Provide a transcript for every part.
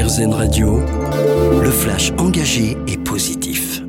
RZN Radio, le flash engagé et positif.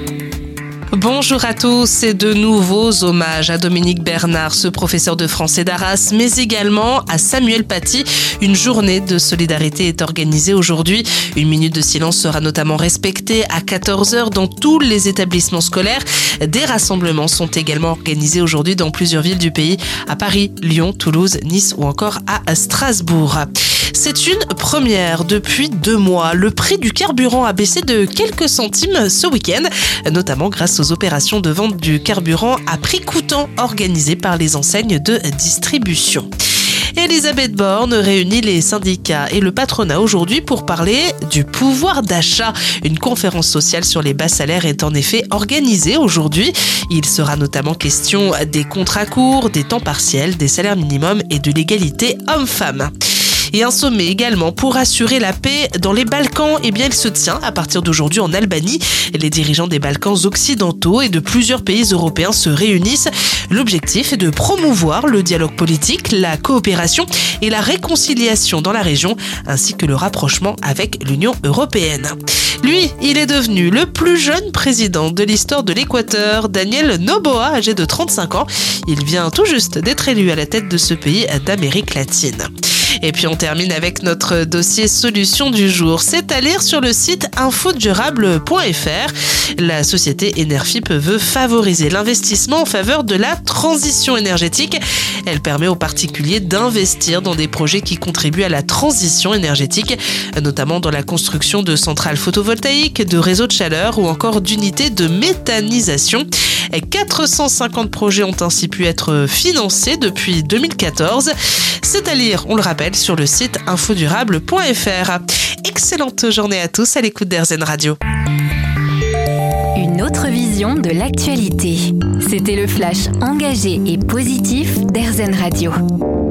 Bonjour à tous et de nouveaux hommages à Dominique Bernard, ce professeur de français d'Arras, mais également à Samuel Paty. Une journée de solidarité est organisée aujourd'hui. Une minute de silence sera notamment respectée à 14h dans tous les établissements scolaires. Des rassemblements sont également organisés aujourd'hui dans plusieurs villes du pays, à Paris, Lyon, Toulouse, Nice ou encore à Strasbourg. C'est une première depuis 2 mois. Le prix du carburant a baissé de quelques centimes ce week-end, notamment grâce aux opérations de vente du carburant à prix coûtant organisées par les enseignes de distribution. Elisabeth Borne réunit les syndicats et le patronat aujourd'hui pour parler du pouvoir d'achat. Une conférence sociale sur les bas salaires est en effet organisée aujourd'hui. Il sera notamment question des contrats courts, des temps partiels, des salaires minimums et de l'égalité hommes-femmes. Et un sommet également pour assurer la paix dans les Balkans. Il se tient à partir d'aujourd'hui en Albanie. Les dirigeants des Balkans occidentaux et de plusieurs pays européens se réunissent. L'objectif est de promouvoir le dialogue politique, la coopération et la réconciliation dans la région, ainsi que le rapprochement avec l'Union européenne. Lui, il est devenu le plus jeune président de l'histoire de l'Équateur, Daniel Noboa, âgé de 35 ans. Il vient tout juste d'être élu à la tête de ce pays d'Amérique latine. Et puis on termine avec notre dossier solution du jour. C'est à lire sur le site infodurable.fr. La société Enerfip veut favoriser l'investissement en faveur de la transition énergétique. Elle permet aux particuliers d'investir dans des projets qui contribuent à la transition énergétique, notamment dans la construction de centrales photovoltaïques, de réseaux de chaleur ou encore d'unités de méthanisation. 450 projets ont ainsi pu être financés depuis 2014. C'est à lire, on le rappelle, sur le site infodurable.fr. Excellente journée à tous à l'écoute d'RZN Radio. Une autre vision de l'actualité. C'était le flash engagé et positif d'RZN Radio.